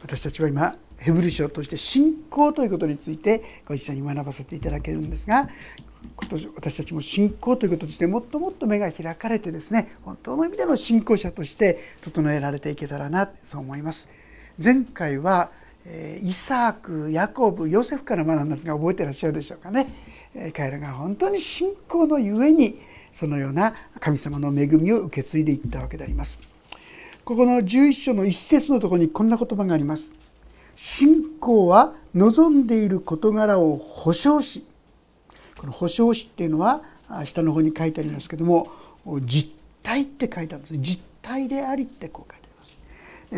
私たちは今ヘブル書として信仰ということについてご一緒に学ばせていただけるんですが、私たちも信仰ということとしてもっともっと目が開かれてですね、本当の意味での信仰者として整えられていけたらな、そう思います。前回はイサーク、ヤコブ、ヨセフから学んだんですが、覚えていらっしゃるでしょうかね。彼らが本当に信仰のゆえにそのような神様の恵みを受け継いでいったわけであります。ここの11章の一節のところにこんな言葉があります。信仰は望んでいる事柄を保証し、この保証しっていうのは下の方に書いてありますけども、実体って書いてあるんです。実体でありってこう書いてあります。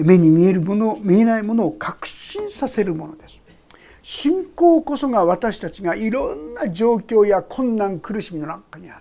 目に見えるもの、見えないものを確信させるものです。信仰こそが私たちがいろんな状況や困難苦しみの中にあって、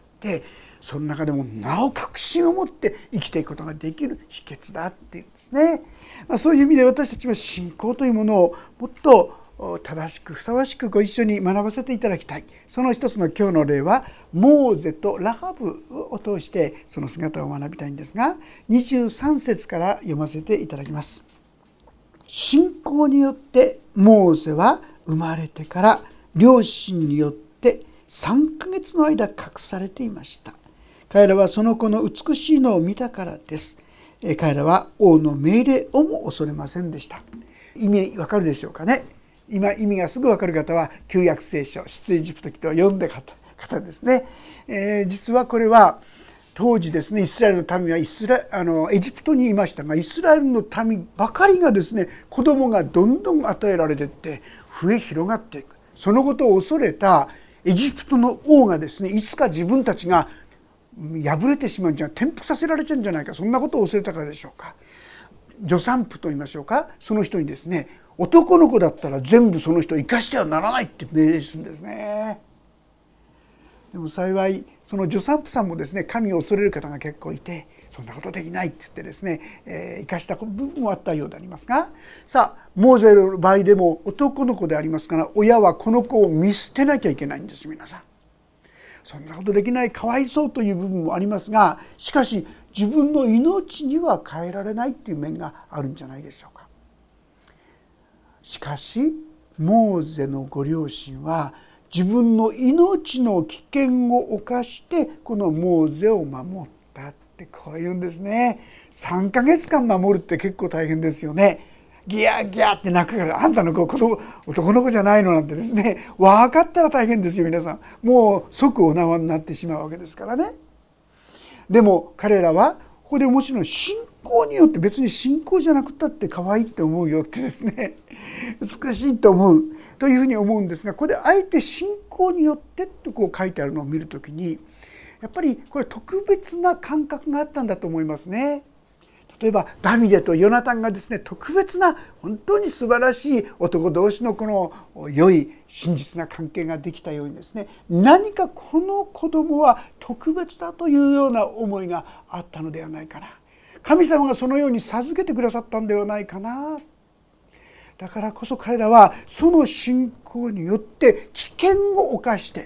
その中でもなお確信を持って生きていくことができる秘訣だっていうんですね。そういう意味で私たちは信仰というものをもっと正しくふさわしくご一緒に学ばせていただきたい。その一つの今日の例はモーゼとラハブを通してその姿を学びたいんですが、23節から読ませていただきます。信仰によってモーゼは生まれてから両親によって3ヶ月の間隠されていました。彼らはその子の美しいのを見たからです。彼らは王の命令をも恐れませんでした。意味わかるでしょうかね。今意味がすぐわかる方は旧約聖書出エジプト記と読んで方ですね。実はこれは当時ですね、イスラエルの民はエジプトにいましたが、イスラエルの民ばかりがですね、子供がどんどん与えられていって増え広がっていく。そのことを恐れたエジプトの王がですね、いつか自分たちが破れてしまうんじゃない、転覆させられちゃうんじゃないか、そんなことを恐れたからでしょうか。助産婦と言いましょうか、その人にですね、男の子だったら全部その人を生かしてはならないって命令するんですね。でも幸いその助産婦さんもですね、神を恐れる方が結構いて、そんなことできないって言ってですね、生かした部分もあったようでありますが、さあモーゼの場合でも男の子でありますから、親はこの子を見捨てなきゃいけないんです。皆さんそんなことできない、かわいそうという部分もありますが、しかし自分の命には変えられないっていう面があるんじゃないでしょうか。しかしモーゼのご両親は自分の命の危険を冒してこのモーゼを守ったってこう言うんですね。3ヶ月間守るって結構大変ですよね。ギャーギャーって泣くから、あんたの子男の子じゃないのなんてですね、分かったら大変ですよ皆さん。もう即お縄になってしまうわけですからね。でも彼らはここでもちろん信仰によって、別に信仰じゃなくたって可愛いって思うよってですね、美しいと思うというふうに思うんですが、ここであえて信仰によってとこう書いてあるのを見るときに、やっぱりこれ特別な感覚があったんだと思いますね。例えばダビデとヨナタンがですね、特別な本当に素晴らしい男同士のこの良い真実な関係ができたようにですね、何かこの子供は特別だというような思いがあったのではないかな。神様がそのように授けてくださったんではないかな。だからこそ彼らはその信仰によって危険を冒して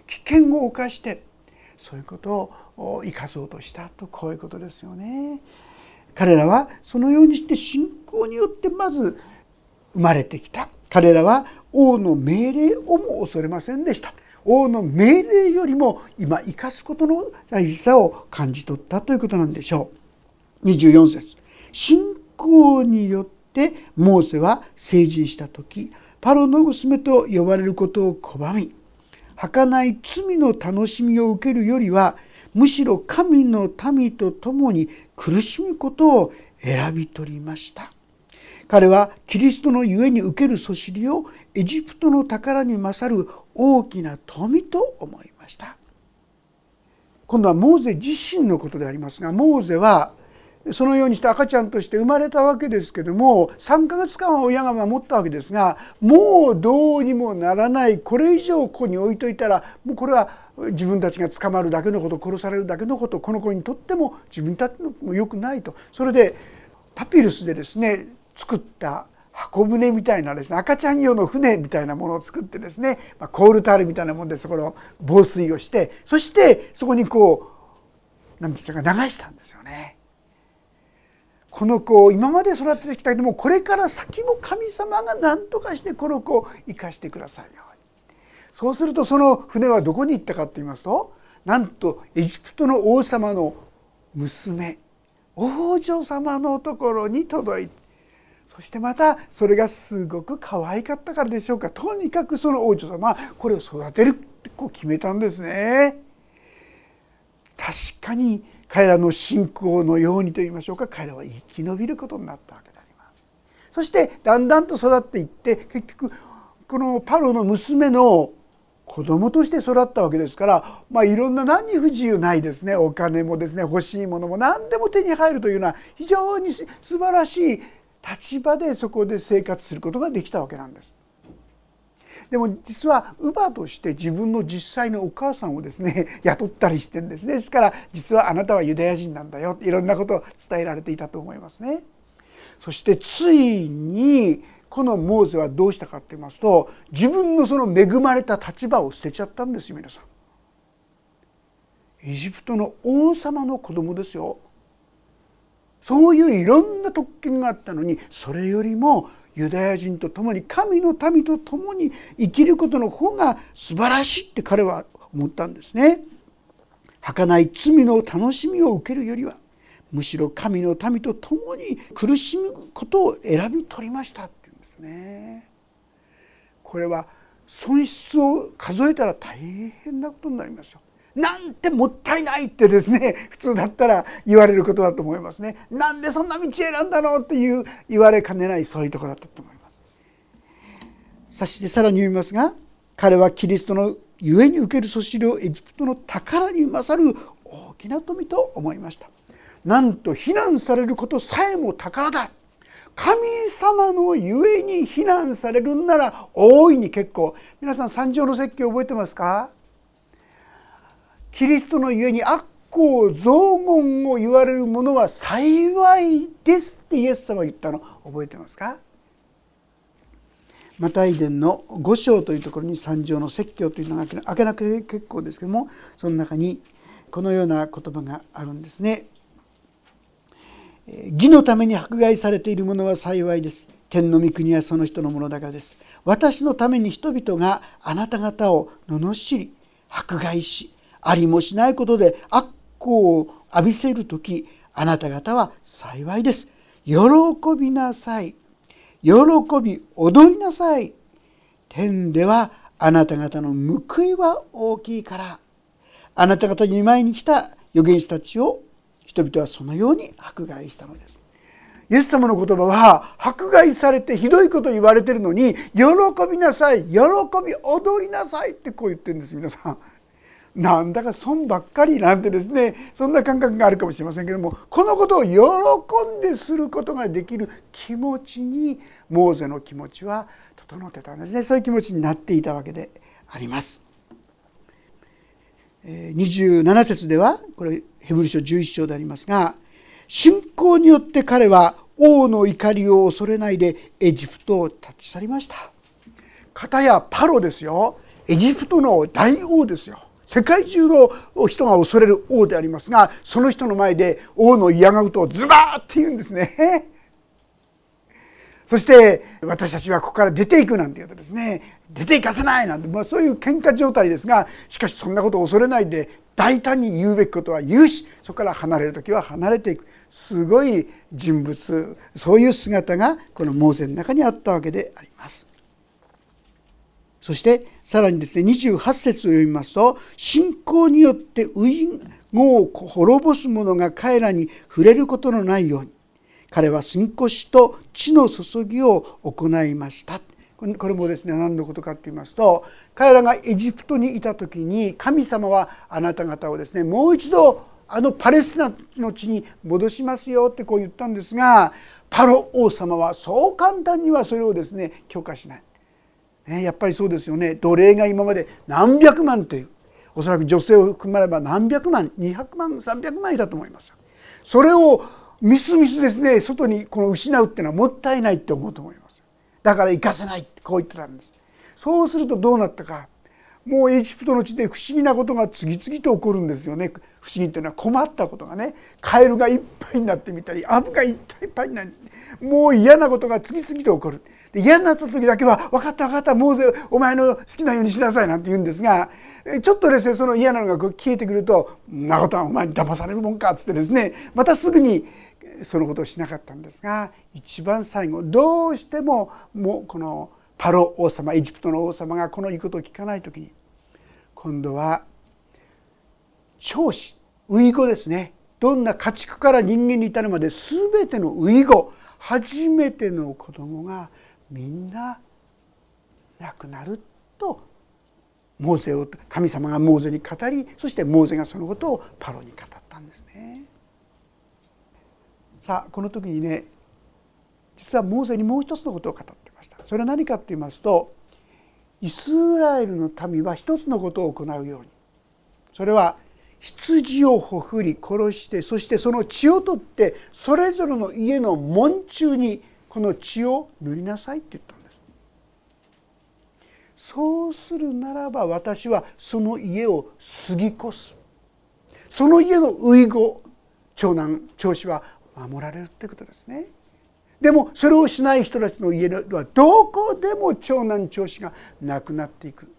そういうことを生かそうとしたと、こういうことですよね。彼らはそのようにして信仰によってまず生まれてきた。彼らは王の命令をも恐れませんでした。王の命令よりも今生かすことの大事さを感じ取ったということなんでしょう。24節、信仰によってモーセは成人した時、パロの娘と呼ばれることを拒み、儚い罪の楽しみを受けるよりはむしろ神の民と共に苦しむことを選び取りました。彼はキリストのゆえに受けるそしりをエジプトの宝に勝る大きな富と思いました。今度はモーゼ自身のことでありますが、モーゼはそのようにして赤ちゃんとして生まれたわけですけども、3ヶ月間は親が守ったわけですが、もうどうにもならない、これ以上ここに置いといたらもうこれは自分たちが捕まるだけのこと、殺されるだけのこと、この子にとっても自分たちも良くないと。それでパピルスでですね作った箱舟みたいなですね、赤ちゃん用の船みたいなものを作ってですね、コールタールみたいなものでそこの防水をして、そしてそこにこう何て言うか流したんですよね。 この子を今まで育ててきたけども、これから先も神様が何とかしてこの子を生かしてくださいように。そうするとその船はどこに行ったかと言いますと、なんとエジプトの王様の娘、王女様のところに届いて、そしてまたそれがすごく可愛かったからでしょうか、とにかくその王女様はこれを育てるってこう決めたんですね。確かに彼らの信仰のようにと言いましょうか、彼らは生き延びることになったわけであります。そしてだんだんと育っていって、結局このパロの娘の子供として育ったわけですから、いろんな何不自由ないですね、お金もですね、欲しいものも何でも手に入るというような非常に素晴らしい立場でそこで生活することができたわけなんです。でも実は乳母として自分の実際のお母さんをですね雇ったりしてるんですね。ですから実はあなたはユダヤ人なんだよ、いろんなことを伝えられていたと思いますね。そしてついにこのモーゼはどうしたかと言いますと、自分のその恵まれた立場を捨てちゃったんですよ。皆さん、エジプトの王様の子供ですよ。そういういろんな特権があったのに、それよりもユダヤ人と共に、神の民と共に生きることの方が素晴らしいって彼は思ったんですね。儚い罪の楽しみを受けるよりは、むしろ神の民と共に苦しむことを選び取りましたって言うんですね。これは損失を数えたら大変なことになりますよ。なんてもったいないってですね、普通だったら言われることだと思いますね。なんでそんな道選んだのっていう言われかねない、そういうところだったと思います。そしてさらに読みますが、彼はキリストのゆえに受けるそしりをエジプトの宝に勝る大きな富と思いました。なんと非難されることさえも宝だ。神様のゆえに非難されるんなら大いに結構。皆さん三条の説教覚えてますか？キリストのゆえに悪行雑言を言われるものは幸いですってイエス様が言ったの覚えてますか？マタイ伝の5章というところに三条の説教というのが開けなくて結構ですけども、その中にこのような言葉があるんですね。義のために迫害されているものは幸いです。天の御国はその人のものだからです。私のために人々があなた方を罵り迫害し、ありもしないことで悪行を浴びせるとき、あなた方は幸いです。喜びなさい。喜び踊りなさい。天ではあなた方の報いは大きいから。あなた方に前に来た預言者たちを人々はそのように迫害したのです。イエス様の言葉は迫害されてひどいこと言われてるのに、喜びなさい、喜び踊りなさいってこう言ってるんです。皆さん、なんだか損ばっかりなんてですね、そんな感覚があるかもしれませんけども、このことを喜んですることができる気持ちにモーゼの気持ちは整ってたんですね。そういう気持ちになっていたわけであります。27節では、これヘブル書11章でありますが、信仰によって彼は王の怒りを恐れないでエジプトを立ち去りました。片やパロですよ、エジプトの大王ですよ。世界中の人が恐れる王でありますが、その人の前で王の嫌がうとズバーって言うんですね。そして私たちはここから出ていくなんて言うとですね、出ていかせないなんて、そういう喧嘩状態ですが、しかしそんなことを恐れないで大胆に言うべきことは言うし、そこから離れる時は離れていく、すごい人物、そういう姿がこのモーゼの中にあったわけであります。そしてさらにですね、28節を読みますと、信仰によって遺語を滅ぼす者が彼らに触れることのないように、彼は杉越と血の注ぎを行いました。これもですね、何のことかと言いますと、彼らがエジプトにいた時に、神様はあなた方をですね、もう一度パレスチナの地に戻しますよってこう言ったんですが、パロ王様はそう簡単にはそれをですね許可しない。やっぱりそうですよね。奴隷が今まで何百万という、おそらく女性を含まれば何百万、200万、300万いたと思います。それをみすみすですね、外にこの失うっていうのはもったいないって思うと思います。だから行かせないってこう言ってたんです。そうするとどうなったか、 もうエジプトの地で不思議なことが次々と起こるんですよね。不思議というのは困ったことがね、カエルがいっぱいになってみたり、アブがいっぱいになって、もう嫌なことが次々と起こる。で、嫌になった時だけは分かった分かった、モーゼお前の好きなようにしなさいなんて言うんですが、ちょっとですねその嫌なのが消えてくると、んなことはお前に騙されるもんかっつってですね、またすぐにそのことをしなかったんですが、一番最後どうしてももうこのパロ王様、エジプトの王様がこの言うことを聞かない時に、今度は長子、初子ですね、どんな家畜から人間に至るまで全ての初子、初めての子供がみんな亡くなるとモーゼを神様がモーゼに語り、そしてモーゼがそのことをパロに語ったんですね。さあこの時にね、実はモーゼにもう一つのことを語っていました。それは何かと言いますと、イスラエルの民は一つのことを行うように、それは羊をほふり殺して、そしてその血を取ってそれぞれの家の門中にこの血を塗りなさいって言ったんです。そうするならば私はその家を過ぎ越す、その家の初子、長男長子は守られるってことですね。でもそれをしない人たちの家ではどこでも長男長子が亡くなっていく。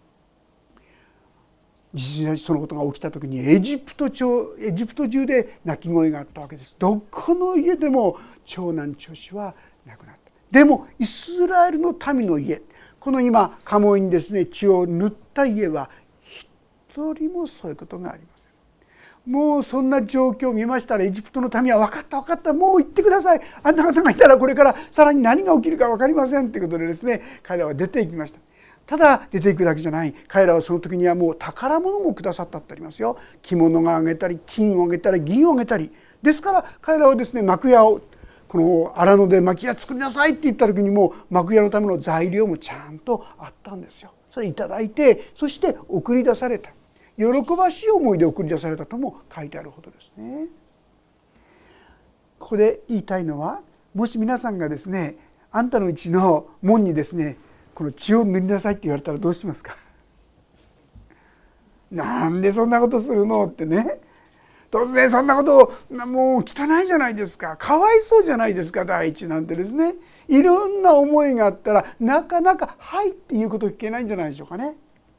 実際そのことが起きた時にエジプト中で泣き声があったわけです。どこの家でも長男長子は亡くなった。でもイスラエルの民の家、この今カモイにですね血を塗った家は一人もそういうことがありません。もうそんな状況を見ましたら、エジプトの民は分かった分かった、もう行ってください、あんな方がいたらこれからさらに何が起きるか分かりませんということでですね、彼らは出ていきました。ただ出ていくだけじゃない、彼らはその時にはもう宝物もくださったってありますよ。着物があげたり、金をあげたり、銀をあげたり。ですから彼らはですね、幕屋をこの荒野で幕屋作りなさいって言った時にも幕屋のための材料もちゃんとあったんですよ。それいただいて、そして送り出された、喜ばしい思いで送り出されたとも書いてあるほどですね。ここで言いたいのは、もし皆さんがですね、あんたのうちの門にですねこの血を塗りなさいって言われたらどうしますか？なんでそんなことするのってね、突然そんなことを、もう汚いじゃないですか、かわいそうじゃないですか、第一なんてですね、いろんな思いがあったらなかなかはいっていうことを聞けないんじゃないでしょうかね。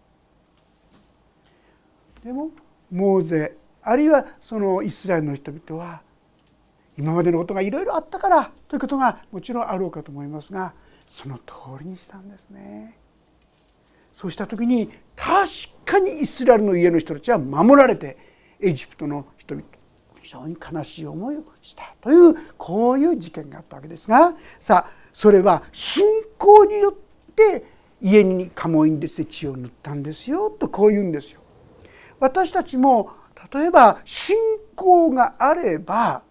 でもモーゼあるいはそのイスラエルの人々は今までのことがいろいろあったからということがもちろんあろうかと思いますが、その通りにしたんですね。そうした時に確かにイスラエルの家の人たちは守られて、エジプトの人々非常に悲しい思いをしたという、こういう事件があったわけですが、さあそれは信仰によって家にカモイにですね血を塗ったんですよとこう言うんですよ。私たちも例えば信仰があれば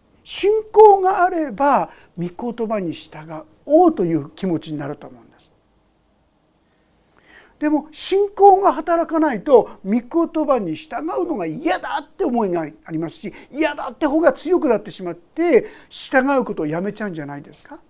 御言葉に従おうという気持ちになると思うんです。でも信仰が働かないと御言葉に従うのが嫌だって思いがありますし、嫌だって方が強くなってしまって従うことをやめちゃうんじゃないですか。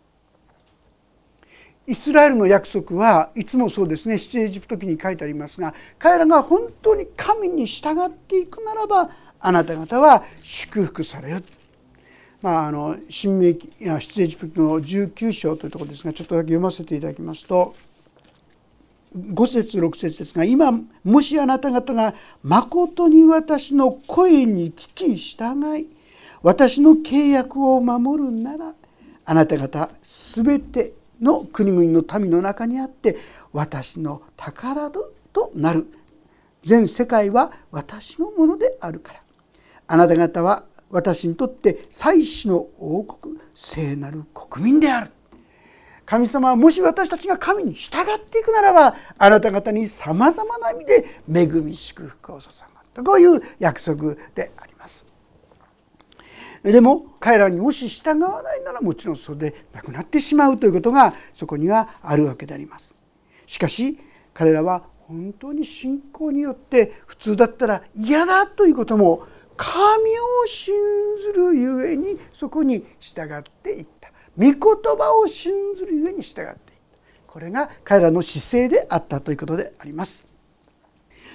イスラエルの約束はいつもそうですね、出エジプト記に書いてありますが、彼らが本当に神に従っていくならばあなた方は祝福される。新明記出エジプトの19章というところですが、ちょっとだけ読ませていただきますと、5節6節ですが、今もしあなた方がまことに私の声に聞き従い私の契約を守るなら、あなた方すべての国々の民の中にあって私の宝となる。全世界は私のものであるから、あなた方は私にとって祭司の王国、聖なる国民である。神様はもし私たちが神に従っていくならば、あなた方にさまざまな意味で恵み祝福を注ぐ、こういう約束であります。でも彼らにもし従わないなら、もちろんそれでなくなってしまうということがそこにはあるわけであります。しかし彼らは本当に信仰によって、普通だったら嫌だということも神を信ずるゆえにそこに従っていった。御言葉を信ずるゆえに従っていった。これが彼らの姿勢であったということであります。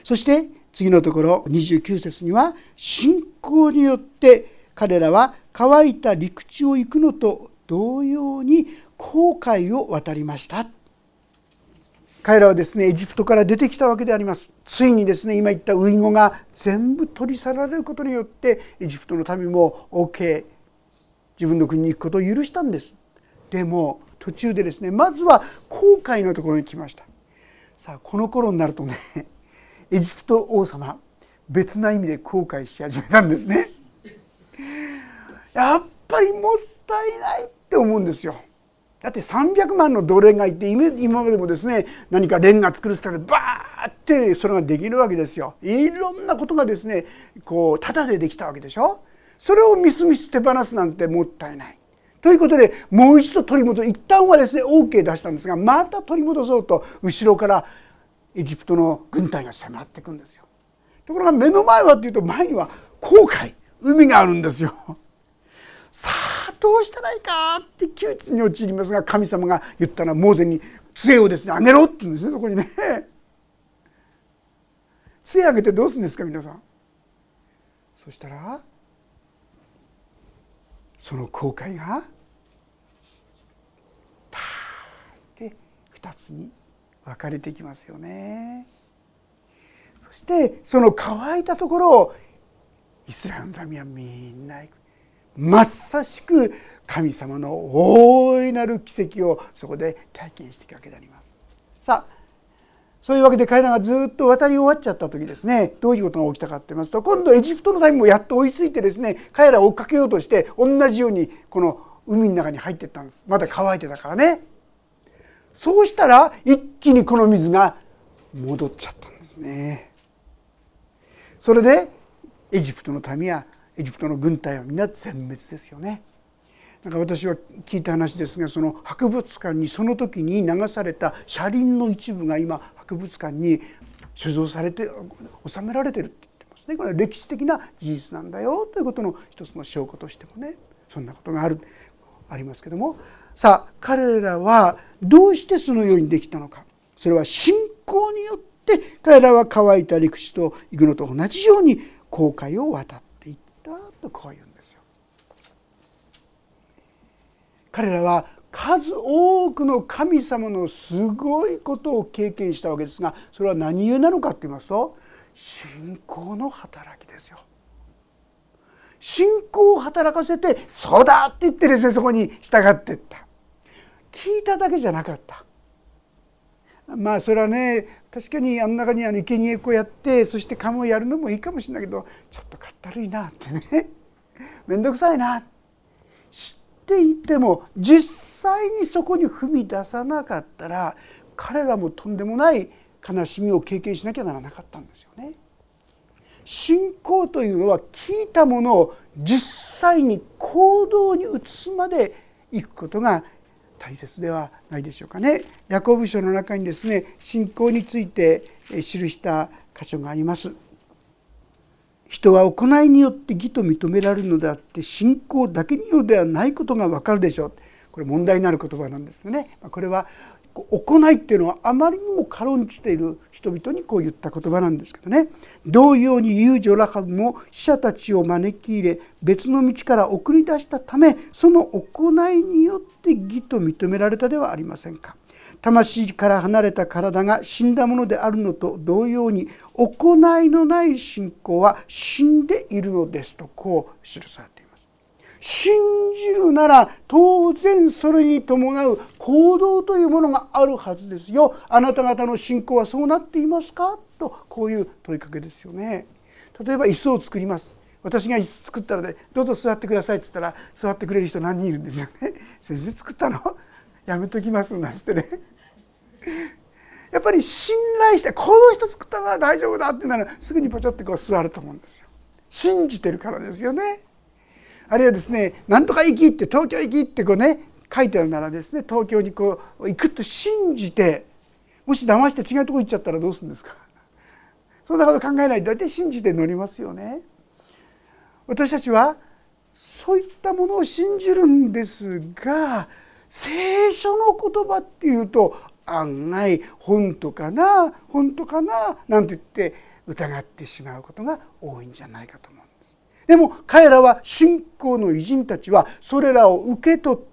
そして次のところ29節には、信仰によって彼らは乾いた陸地を行くのと同様に紅海を渡りました。彼らはですね、エジプトから出てきたわけであります。ついにですね、今言ったウイゴが全部取り去られることによって、エジプトの民も OK、自分の国に行くことを許したんです。でも途中でですね、まずは紅海のところに来ました。さあこの頃になるとね、エジプト王様、別な意味で後悔し始めたんですね。やっぱりもったいないって思うんですよ。だって300万の奴隷がいて、今までもですね、何かレンガ作るって言ったらバーってそれができるわけですよ。いろんなことがですね、こうタダでできたわけでしょ。それをみすみす手放すなんてもったいない。ということで、もう一度取り戻す、一旦はですね OK 出したんですが、また取り戻そうと後ろからエジプトの軍隊が迫っていくんですよ。ところが目の前はというと、前には紅海、海があるんですよ。さあどうしたらいいかって窮地に陥りますが、神様が言ったのはモーゼに杖をですねあげろって言うんですね。そこにね、杖あげてどうするんですか皆さん。そしたらその紅海がパーって2つに分かれていきますよね。そしてその乾いたところをイスラエルの民はみんな行く。まさしく神様の大いなる奇跡をそこで体験していくわけであります。さあそういうわけで彼らがずっと渡り終わっちゃった時ですね、どういうことが起きたかと言いますと、今度エジプトの民もやっと追いついてですね、彼らを追っかけようとして同じようにこの海の中に入っていったんです。まだ乾いてたからね。そうしたら一気にこの水が戻っちゃったんですね。それでエジプトの民やエジプトの軍隊はみんな全滅ですよね。なんか私は聞いた話ですが、その博物館にその時に流された車輪の一部が今博物館に所蔵されて収められてるって言ってますね。これは歴史的な事実なんだよということの一つの証拠としてもね、そんなことがありますけども、さあ彼らはどうしてそのようにできたのか。それは信仰によって彼らは乾いた陸地と行くのと同じように紅海を渡っていったとこう言うんですよ。彼らは数多くの神様のすごいことを経験したわけですが、それは何故なのかと言いますと、信仰の働きですよ。信仰を働かせて、そうだって言ってですね、そこに従っていった。聞いただけじゃなかった。まあそれはね、確かにあの中に生贄をやって、そしてカムをやるのもいいかもしれないけど、ちょっとかったるいなってね、めんどくさいな知っていても、実際にそこに踏み出さなかったら、彼らもとんでもない悲しみを経験しなきゃならなかったんですよね。信仰というのは聞いたものを実際に行動に移すまでいくことが大切ではないでしょうかね。ヤコブ書の中にですね、信仰について記した箇所があります。人は行いによって義と認められるのであって、信仰だけによるではないことがわかるでしょう。これ問題になる言葉なんですね。これは行いっていうのはあまりにも軽んじている人々にこう言った言葉なんですけどね。同様に遊女ラハブも死者たちを招き入れ、別の道から送り出したため、その行いによって義と認められたではありませんか。魂から離れた体が死んだものであるのと同様に、行いのない信仰は死んでいるのですとこう記されています。信じるなら当然それに伴う行動というものがあるはずですよ。あなた方の信仰はそうなっていますかと、こういう問いかけですよね。例えば椅子を作ります。私が椅子作ったらね、どうぞ座ってくださいって言ったら座ってくれる人何人いるんですよね。先生作ったのやめときますなんつってね。やっぱり信頼して、この人作ったなら大丈夫だってならすぐにポチョってこう座ると思うんですよ。信じてるからですよね。あるいはですね、なんとか行きって東京行きってこうね書いてあるならですね、東京にこう行くと信じて、もし騙して違うとこ行っちゃったらどうするんですか。そんなこと考えないで大体信じて乗りますよね。私たちはそういったものを信じるんですが、聖書の言葉っていうと案外本当かななんて言って疑ってしまうことが多いんじゃないかと思うんです。でも彼らは信仰の偉人たちはそれらを受け取って、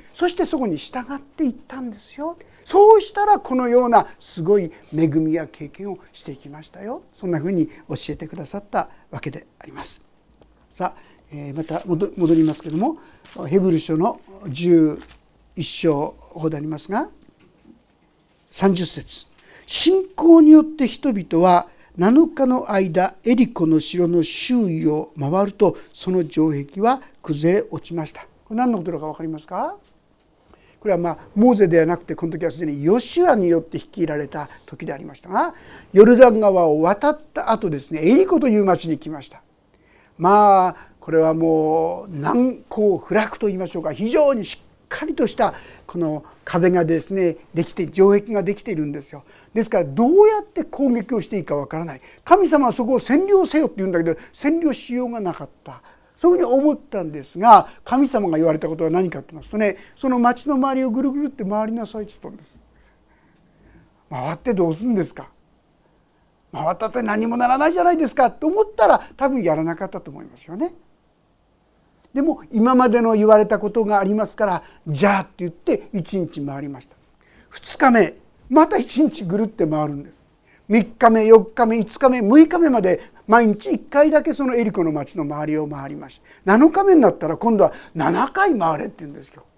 そしてそこに従っていったんですよ。そうしたらこのようなすごい恵みや経験をしていきましたよ。そんなふうに教えてくださったわけであります。さあ、また戻りますけれども、ヘブル書の11章ほどでありますが、30節、信仰によって人々は7日の間エリコの城の周囲を回ると、その城壁は崩れ落ちました。これ何のことだか分かりますか？これはモーゼではなくて、この時はすでにヨシュアによって率いられた時でありましたが、ヨルダン川を渡った後ですね、エリコという町に来ました。これはもう難攻不落と言いましょうか、非常にしっかりとしたこの壁がですねできて、城壁ができているんですよ。ですからどうやって攻撃をしていいかわからない。神様はそこを占領せよって言うんだけど、占領しようがなかった。そういうふうに思ったんですが、神様が言われたことは何かと言いますとね、その町の周りをぐるぐるって回りなさいって言ったんです。回ってどうするんですか？回ったって何もならないじゃないですかと思ったら、多分やらなかったと思いますよね。でも今までの言われたことがありますから、じゃあって言って1日回りました。2日目また1日ぐるって回るんです。3日目4日目5日目6日目まで毎日1回だけそのエリコの町の周りを回りました。7日目になったら今度は7回回れって言うんですよ。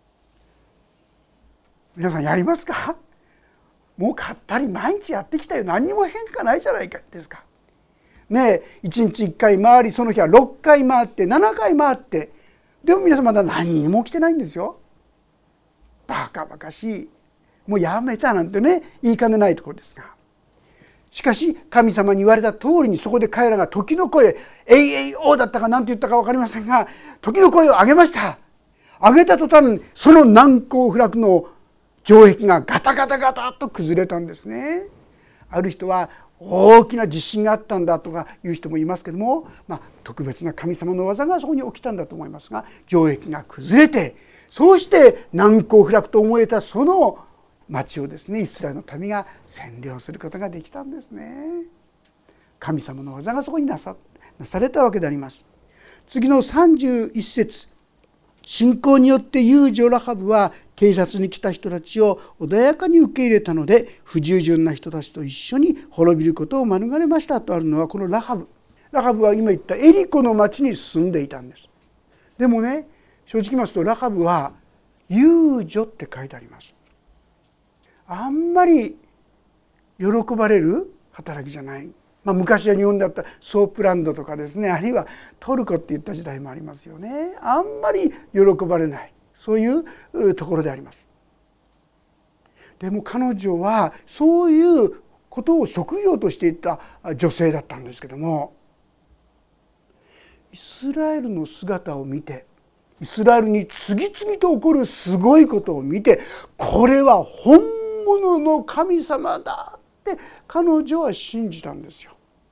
皆さんやりますか？もうかったり毎日やってきたよ、何にも変化ないじゃないかですかね。え1日1回回り、その日は6回回って7回回って、でも皆さんまだ何にも起きてないんですよ。バカバカしい、もうやめたなんてね言いかねないところですが、しかし神様に言われた通りに、そこで彼らが時の声、えいえいおだったか何て言ったか分かりませんが、時の声を上げました。上げた途端、その難攻不落の城壁がガタガタガタと崩れたんですね。ある人は大きな地震があったんだとかいう人もいますけども、特別な神様の技がそこに起きたんだと思いますが、城壁が崩れて、そうして難攻不落と思えたその町をですね、イスラエルの民が占領することができたんですね。神様の技がそこになされたわけであります。次の31節、信仰によって遊女ラハブは偵察に来た人たちを穏やかに受け入れたので、不従順な人たちと一緒に滅びることを免れましたとあるのは、このラハブは今言ったエリコの町に住んでいたんです。でもね、正直言いますとラハブは遊女って書いてあります。あんまり喜ばれる働きじゃない。昔は日本だったソープランドとかですね、あるいはトルコって言った時代もありますよね。あんまり喜ばれない、そういうところであります。でも彼女はそういうことを職業としていた女性だったんですけども、イスラエルの姿を見て、イスラエルに次々と起こるすごいことを見て、これは本物の神様だって彼女は信じたんですよ。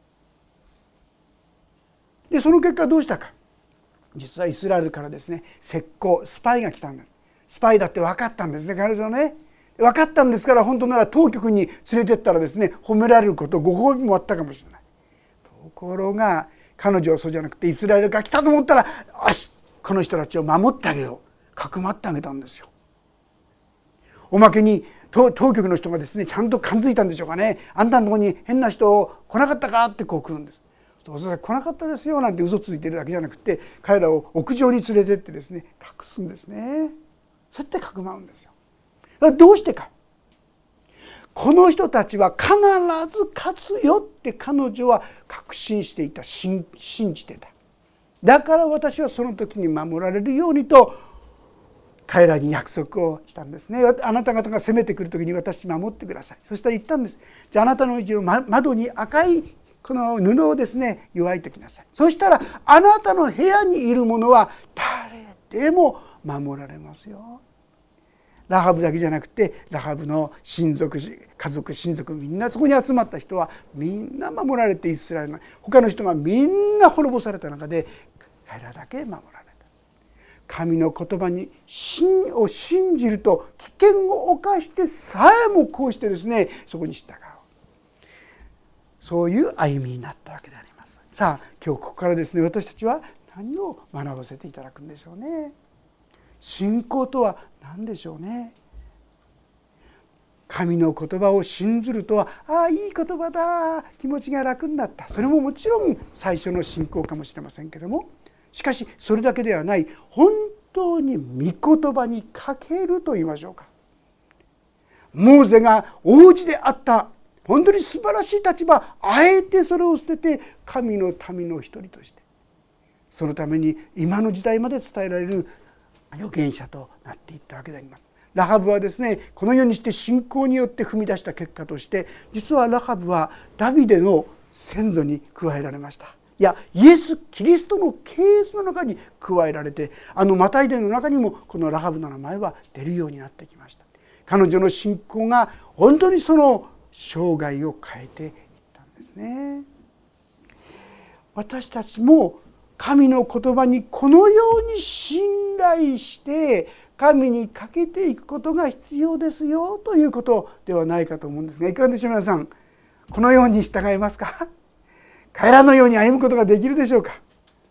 でその結果どうしたか。実はイスラエルからですね、石膏スパイが来たんです。スパイだって分かったんですね、彼女ね。分かったんですから、本当なら当局に連れてったらですね、褒められること、ご褒美もあったかもしれない。ところが彼女はそうじゃなくて、イスラエルが来たと思ったら、よしこの人たちを守ってあげよう、かくまってあげたんですよ。おまけに当局の人がですね、ちゃんと感づいたんでしょうかね。あんたのところに変な人来なかったかってこう来るんです。おそらく来なかったですよなんて嘘ついてるだけじゃなくて、彼らを屋上に連れてってですね、隠すんですね。そうやってかくまうんですよ。どうしてか。この人たちは必ず勝つよって彼女は確信していた、信じてた。だから私はその時に守られるようにと彼らに約束をしたんですね。あなた方が攻めてくる時に私守ってください。そしたら言ったんです。じゃああなたの家の窓に赤いこの布をですね結いてきなさい。そしたらあなたの部屋にいるものは誰でも守られますよ。ラハブだけじゃなくて、ラハブの親族家族親族みんなそこに集まった人はみんな守られて、イスラエルの他の人がみんな滅ぼされた中で彼らだけ守られた。神の言葉にを信じると危険を冒してさえもこうしてですね、そこに従う。 そういう歩みになったわけであります。さあ今日ここからですね、私たちは何を学ばせていただくんでしょうね。信仰とは何でしょうね。神の言葉を信ずるとは、ああいい言葉だ、気持ちが楽になった、それももちろん最初の信仰かもしれませんけれども、しかしそれだけではない、本当に御言葉にかけると言いましょうか。モーゼが王子であった、本当に素晴らしい立場、あえてそれを捨てて神の民の一人として、そのために今の時代まで伝えられる預言者となっていったわけであります。ラハブはですね、このようにして信仰によって踏み出した結果として、実はラハブはダビデの先祖に加えられました。いや、イエス・キリストの系図の中に加えられて、マタイ伝の中にもこのラハブの名前は出るようになってきました。彼女の信仰が本当にその生涯を変えていったんですね。私たちも神の言葉にこのように信頼して神にかけていくことが必要ですよということではないかと思うんですが、いかがでしょう皆さん。このように従いますか？彼らのように歩むことができるでしょうか？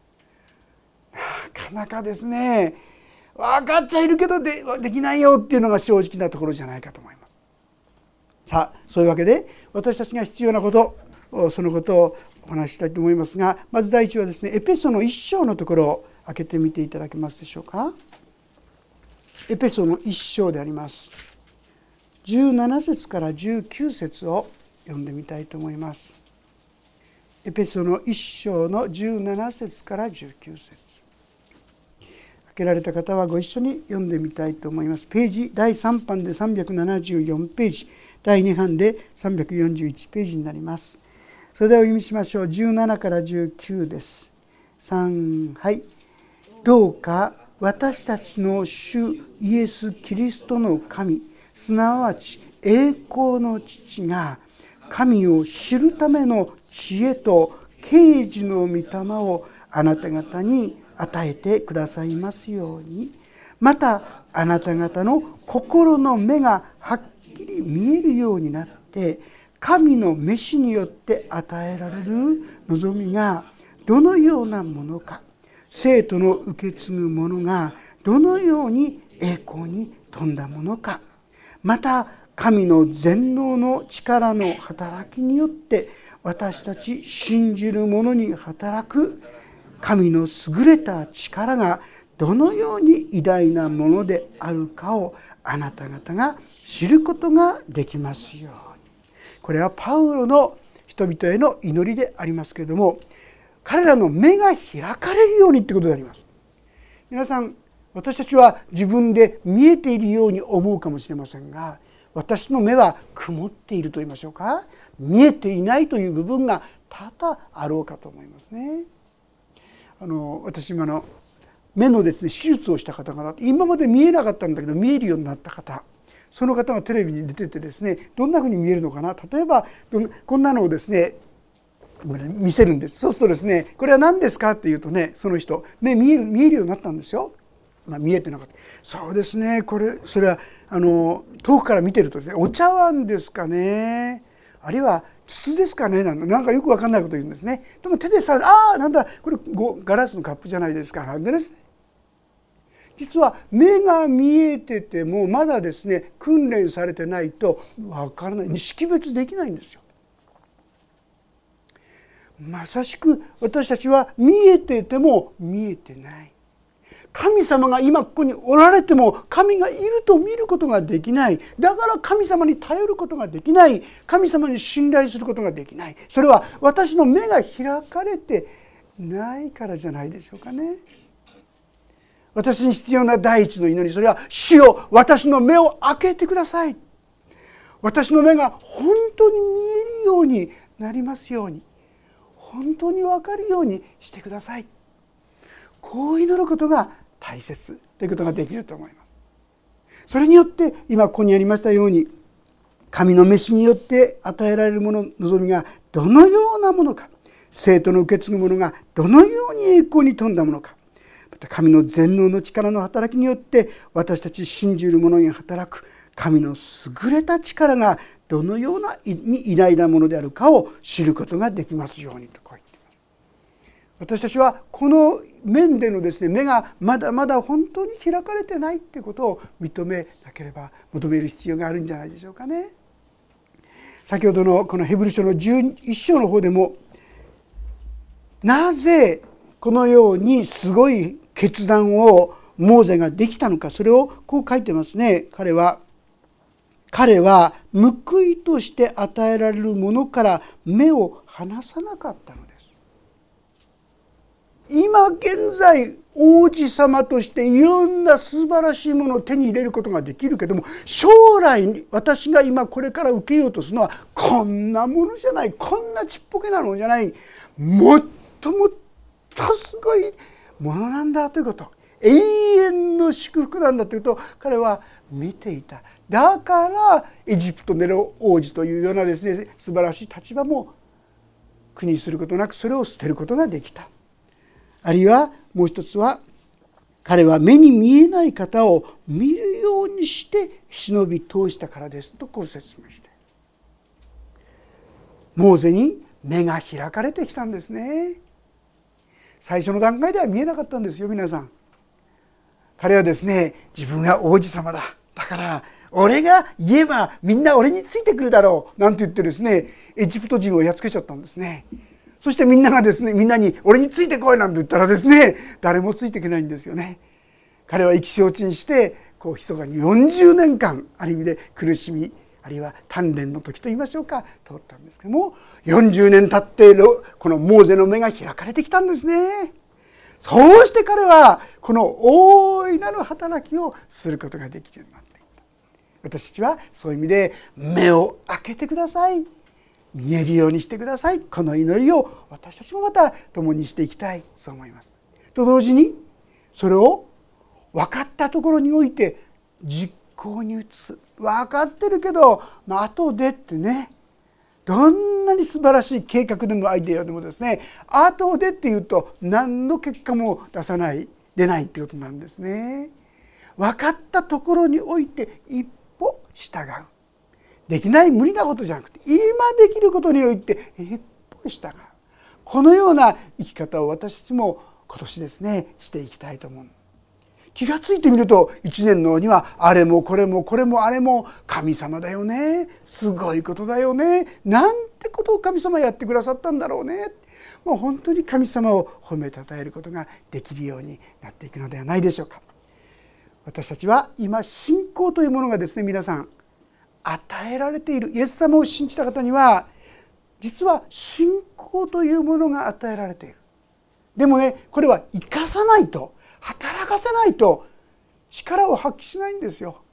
なかなかですね、分かっちゃいるけど できないよっていうのが正直なところじゃないかと思います。さあそういうわけで私たちが必要なこと、そのことをお話ししたいと思いますが、まず第一はですね、エペソの1章のところを開けてみていただけますでしょうか。エペソの1章であります。17節から19節を読んでみたいと思います。エペソの1章の17節から19節。開けられた方はご一緒に読んでみたいと思います。ページ第3版で374ページ、第2版で341ページになります。それではお読みしましょう。17から19です。3、はい。どうか私たちの主イエス・キリストの神、すなわち栄光の父が神を知るための知恵と啓示の御霊をあなた方に与えてくださいますように、またあなた方の心の目がはっきり見えるようになって、神の召しによって与えられる望みがどのようなものか、生徒の受け継ぐものがどのように栄光に富んだものか、また神の全能の力の働きによって私たち信じる者に働く神の優れた力がどのように偉大なものであるかをあなた方が知ることができますように。これはパウロの人々への祈りでありますけれども、彼らの目が開かれるようにってことであります。皆さん、私たちは自分で見えているように思うかもしれませんが、私の目は曇っていると言いましょうか、見えていないという部分が多々あろうかと思いますね。私今目のですね手術をした方々、今まで見えなかったんだけど見えるようになった方、その方がテレビに出ててですね、どんなふうに見えるのかな、例えばこんなのをですね見せるんです。そうするとですね、これは何ですかって言うとね、その人目見えるようになったんですよ。見えてなかった。そうですね、それは遠くから見てるとですね、お茶碗ですかね、あるいは筒ですかね、なんかよく分かんないこと言うんですね。でも手で触る、ああなんだこれガラスのカップじゃないですかなんでですね。実は目が見えててもまだですね訓練されてないと分からない、識別できないんですよ。まさしく私たちは見えてても見えてない。神様が今ここにおられても神がいると見ることができない。だから神様に頼ることができない。神様に信頼することができない。それは私の目が開かれてないからじゃないでしょうかね。私に必要な第一の祈り、それは主よ私の目を開けてください。私の目が本当に見えるようになりますように、本当に分かるようにしてください。こう祈ることが大切ということができると思います。それによって今ここにありましたように、神の召しによって与えられるもの望みがどのようなものか、生徒の受け継ぐものがどのように栄光に富んだものか、また神の全能の力の働きによって私たち信じる者に働く神の優れた力がどのような偉大なものであるかを知ることができますようにとこう言っています。私たちはこの面でのですね、目がまだまだ本当に開かれてないっていうことを認めなければ、求める必要があるんじゃないでしょうかね。先ほどのこのヘブル書の11章の方でも、なぜこのようにすごい決断をモーゼができたのか、それをこう書いてますね。彼は報いとして与えられるものから目を離さなかったのです。今現在王子様としていろんな素晴らしいものを手に入れることができるけども、将来に私が今これから受けようとするのはこんなものじゃない、こんなちっぽけなのじゃない、もっともっとすごいものなんだということ、永遠の祝福なんだというと彼は見ていた。だからエジプトネロ王子というようなですね、素晴らしい立場も苦にすることなくそれを捨てることができた。あるいはもう一つは、彼は目に見えない方を見るようにして忍び通したからですとこう説明して、モーゼに目が開かれてきたんですね。最初の段階では見えなかったんですよ。皆さん、彼はですね、自分が王子様だ、だから俺が言えばみんな俺についてくるだろうなんて言ってですね、エジプト人をやっつけちゃったんですね。そしてみんながですね、みんなに俺についてこいなんて言ったらですね、誰もついていけないんですよね。彼は意気消沈してこう密かに40年間ある意味で苦しみ、あるいは鍛錬の時と言いましょうか、通ったんですけども、40年経ってこのモーゼの目が開かれてきたんですね。そうして彼はこの大いなる働きをすることができるようになっていった。私たちはそういう意味で目を開けてください、見えるようにしてください、この祈りを私たちもまた共にしていきたい、そう思います。と同時にそれを分かったところにおいて実行に移す。分かってるけど、後でってね、どんなに素晴らしい計画でもアイデアでもですね、後でっていうと何の結果も出ないってことなんですね。分かったところにおいて一歩従う。できない無理なことじゃなくて、今できることにおいて一歩従う。このような生き方を私たちも今年ですね、していきたいと思う。気がついてみると一年のにはあれもこれもこれもあれも神様だよね、すごいことだよね、なんてことを神様やってくださったんだろうね、もう本当に神様を褒めたたえることができるようになっていくのではないでしょうか。私たちは今信仰というものがですね、皆さん与えられている。イエス様を信じた方には実は信仰というものが与えられている。でもね、これは生かさないと、働かせないと力を発揮しないんですよ。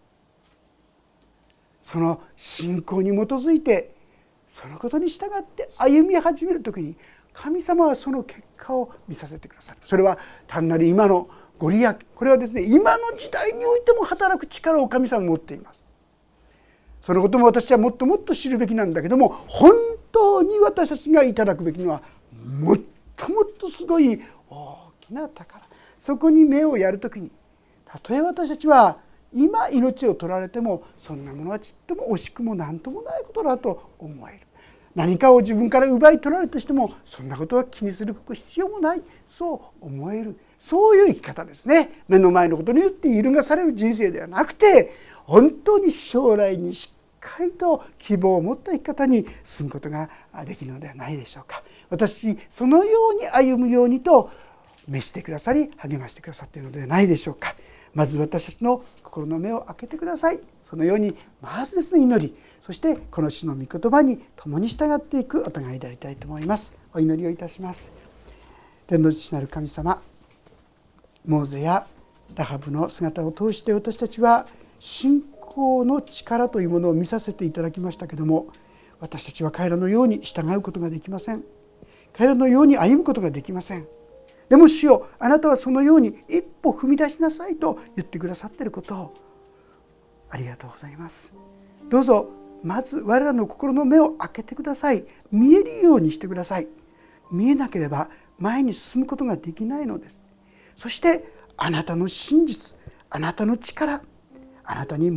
その信仰に基づいてそのことに従って歩み始めるときに、神様はその結果を見させてくださる。それは単なる今のご利益、これはですね、今の時代においても働く力を神様は持っています。そのことも私はもっともっと知るべきなんだけども、本当に私たちがいただくべきのはもっともっとすごい大きな宝。そこに目をやるときに、たとえ私たちは今命を取られてもそんなものはちっとも惜しくも何ともないことだと思える。何かを自分から奪い取られるとしてもそんなことは気にする必要もない、そう思える。そういう生き方ですね。目の前のことによって揺るがされる人生ではなくて、本当に将来にしっかりと希望を持った生き方に進むことができるのではないでしょうか。私そのように歩むようにと召してくださり励ましてくださっているのではないでしょうか。まず私たちの心の目を開けてください。そのようにまずですね、祈り、そしてこの主の御言葉に共に従っていくお互いでありたいと思います。お祈りをいたします。天の父なる神様、モーゼやラハブの姿を通して私たちは信仰の力というものを見させていただきましたけども、私たちは彼らのように従うことができません。彼らのように歩むことができません。でも主よ、あなたはそのように一歩踏み出しなさいと言ってくださっていることをありがとうございます。どうぞまず我らの心の目を開けてください。見えるようにしてください。見えなければ前に進むことができないのです。そしてあなたの真実、あなたの力、あなたに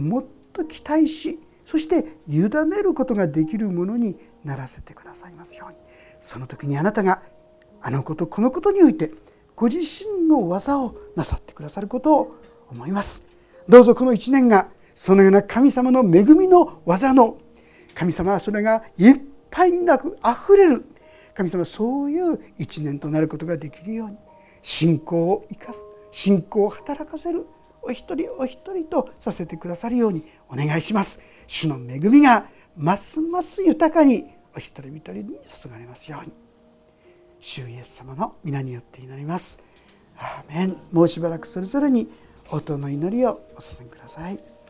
と期待し、そして委ねることができるものにならせてくださいますように。その時にあなたがあのことこのことにおいてご自身の技をなさってくださることを思います。どうぞこの一年がそのような神様の恵みの技の、神様はそれがいっぱいになくあふれる、神様はそういう一年となることができるように、信仰を生かす、信仰を働かせるお一人お一人とさせてくださるようにお願いします。主の恵みがますます豊かにお一人一人に注がれますように、主イエス様の皆によって祈ります。アーメン。もうしばらくそれぞれに応答の祈りをお捧げください。